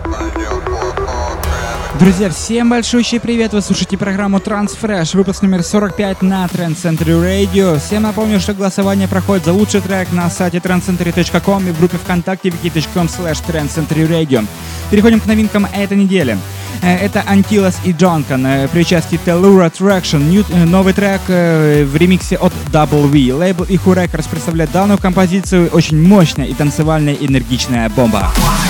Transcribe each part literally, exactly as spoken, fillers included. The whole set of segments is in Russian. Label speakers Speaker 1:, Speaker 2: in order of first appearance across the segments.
Speaker 1: Друзья, всем большущий привет! Вы слушаете программу Transfresh, выпуск номер сорок пять на Trend Century Radio. Всем напомню, что голосование проходит за лучший трек на сайте тренд центри точка ком и в группе ВКонтакте ви ки точка ком слэш тренд центри радио. Переходим к новинкам этой недели. Это Antilles и Джонкан при участии Tellura Traction, новый трек в ремиксе от дабл ви. Лейбл Ihu Records представляет данную композицию, очень мощная и танцевальная энергичная бомба.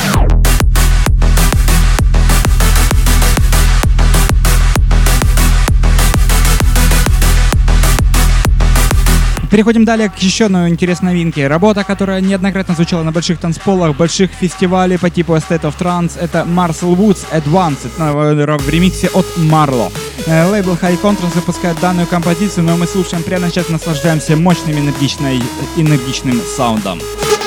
Speaker 1: Переходим далее к еще одной интересной новинке. Работа, которая неоднократно звучала на больших танцполах, больших фестивалей по типу State of Trance, это Marcel Woods Advanced в ремиксе от Marlo. Лейбл High Contrast выпускает данную композицию, но мы слушаем прямо сейчас, наслаждаемся мощным энергичной, энергичным саундом.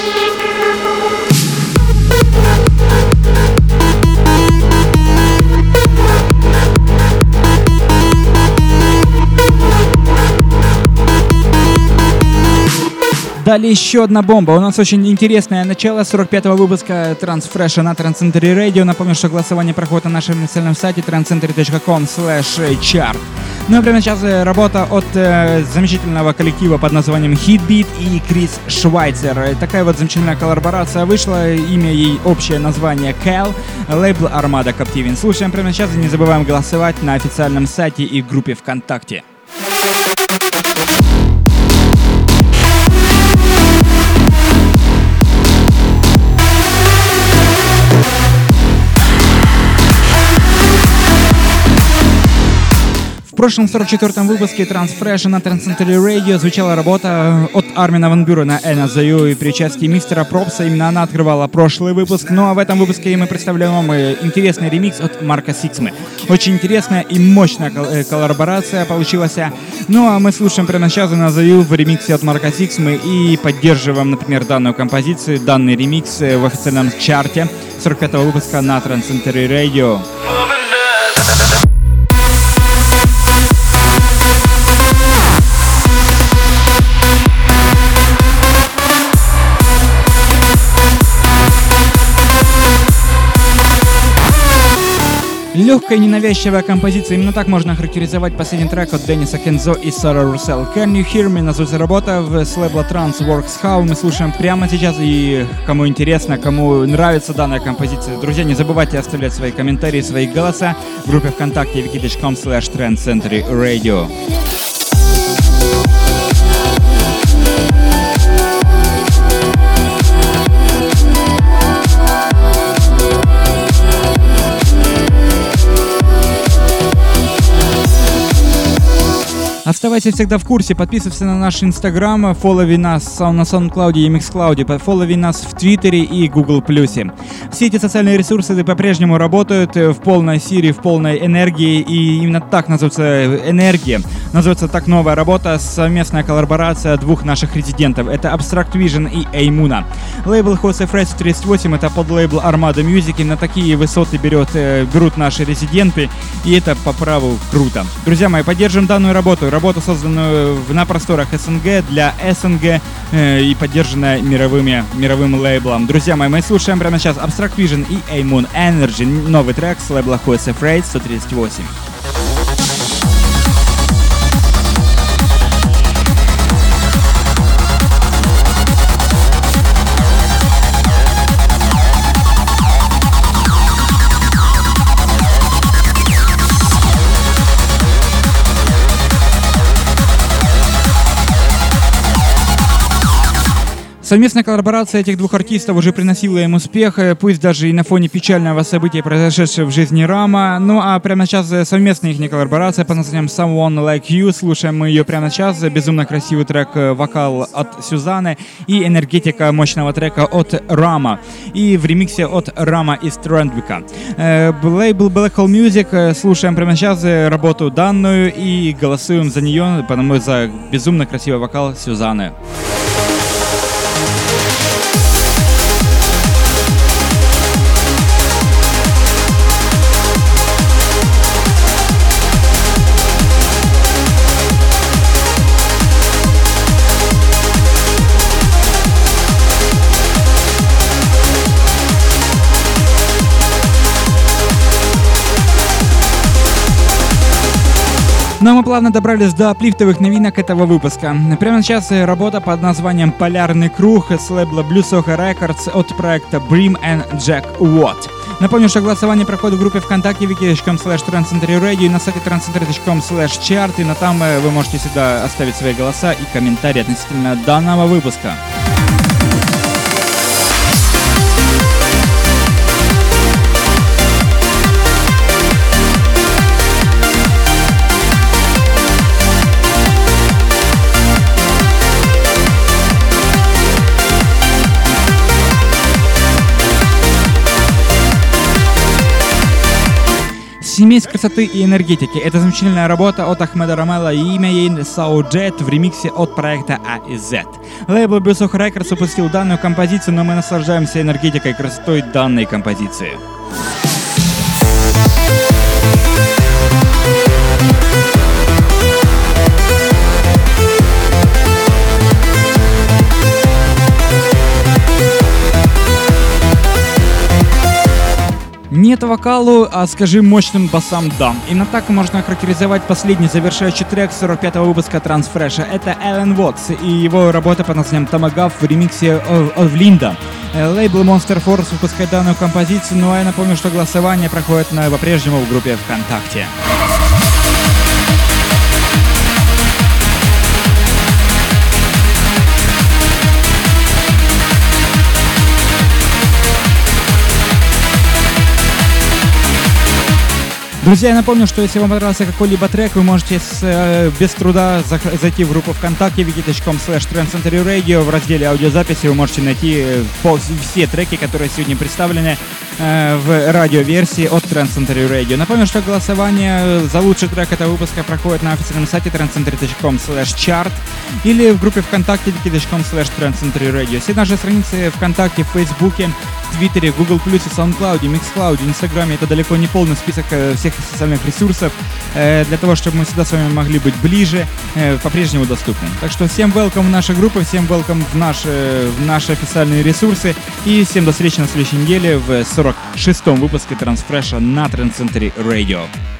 Speaker 1: Далее еще одна бомба. У нас очень интересное начало сорок пятого выпуска Transfresh на Trend Century Radio. Напомню, что голосование проходит на нашем официальном сайте тренд центри точка ком слэш чарт. Ну и прямо сейчас работа от э, замечательного коллектива под названием Heatbeat и Крис Швайцер. Такая вот замечательная коллаборация вышла. Имя ей общее название Cal. Лейбл Armada Captivin. Слушаем прямо сейчас и не забываем голосовать на официальном сайте и в группе ВКонтакте. В прошлом сорок четвёртом выпуске Transfresh на Trend Century Radio звучала работа от Армина ван Бюрена «Эна Заю» и при участии мистера Пропса. Именно она открывала прошлый выпуск. Ну а в этом выпуске мы представляем вам интересный ремикс от Марка Сиксмы. Очень интересная и мощная коллаборация получилась. Ну а мы слушаем прямо сейчас «Эна Заю» в ремиксе от Марка Сиксмы и поддерживаем, например, данную композицию, данный ремикс в официальном чарте сорок пятого выпуска на Trend Century Radio. Легкая, ненавязчивая композиция. Именно так можно охарактеризовать последний трек от Денниса Кензо и Сара Руссell. Can You Hear Me? Называется работа с лейбла Trans Works How. Мы слушаем прямо сейчас. И кому интересно, кому нравится данная композиция, друзья, не забывайте оставлять свои комментарии, свои голоса в группе ВКонтакте ви ки точка ком слэш тренд центри радио. Оставайтесь всегда в курсе, подписывайтесь на наш инстаграм, фоллови нас на SoundCloud и MixCloud, фоллови нас в Твиттере и Google плюсе. Все эти социальные ресурсы по-прежнему работают в полной силе, в полной энергии, и именно так называется энергия. Называется так новая работа, совместная коллаборация двух наших резидентов. Это Abstract Vision и Эймуна. Лейбл Jose Fred сто тридцать восемь, это подлейбл Armada Music, и на такие высоты берет, берут наши резиденты, и это по праву круто. Друзья мои, поддержим данную работу. Работу, созданную на просторах СНГ для СНГ э, и поддержанная мировыми, мировым лейблом. Друзья мои, мы слушаем прямо сейчас Abstract Vision и Эймун Energy, новый трек с лейбла Jose Fred сто тридцать восемь. Совместная коллаборация этих двух артистов уже приносила им успех, пусть даже и на фоне печального события, произошедшего в жизни Рама. Ну а прямо сейчас совместная их коллаборация под названием Someone Like You. Слушаем мы ее прямо сейчас. Безумно красивый трек, вокал от Сюзанны и энергетика мощного трека от Рама. И в ремиксе от Рама из Трендвика. Лейбл Black Hole Music. Слушаем прямо сейчас работу данную и голосуем за нее, потому что за безумно красивый вокал Сюзанны. Ну а мы плавно добрались до аплифтовых новинок этого выпуска. Прямо сейчас работа под названием «Полярный круг» с лейбла Blue Soho Records от проекта Brim and Jack Watt. Напомню, что голосование проходит в группе ВКонтакте wiki точка com slash trendcenterradio radio и на сайте trendcenterradio точка com slash chart, и на там вы можете всегда оставить свои голоса и комментарии относительно данного выпуска. Смесь красоты и энергетики. Это замечательная работа от Ахмеда Ромела и имя ей Soul Jet в ремиксе от проекта A и Z. Лейбл Blue Soho Records выпустил данную композицию, но мы наслаждаемся энергетикой и красотой данной композиции. Нет вокалу, а скажи мощным басам «да». Именно так можно охарактеризовать последний завершающий трек сорок пятого выпуска Трансфреша. Это Эллен Уотс и его работа под названием «Томагав» в ремиксе of Linda. Лейбл Monster Force выпускает данную композицию, ну а я напомню, что голосование проходит на, по-прежнему в группе ВКонтакте. Друзья, я напомню, что если вам понравился какой-либо трек, вы можете с, э, без труда зах- зайти в группу ВКонтакте wiki точка com slash trendcenterradio radio. В разделе аудиозаписи вы можете найти э, по- все треки, которые сегодня представлены э, в радиоверсии от Trendcenterradio Radio. Напомню, что голосование за лучший трек этого выпуска проходит на официальном сайте trendcenterradio точка com slash chart или в группе ВКонтакте wiki точка com slash trendcenterradio radio. Все наши страницы ВКонтакте, в Фейсбуке, Твиттере, Google+, SoundCloud, MixCloud, Инстаграме — это далеко не полный список э, всех социальных ресурсов, э, для того, чтобы мы всегда с вами могли быть ближе, э, по-прежнему доступны. Так что всем welcome в нашу группу, всем welcome в наши, в наши официальные ресурсы, и всем до встречи на следующей неделе в сорок шестом выпуске Трансфреша на Trendcenterradio Radio.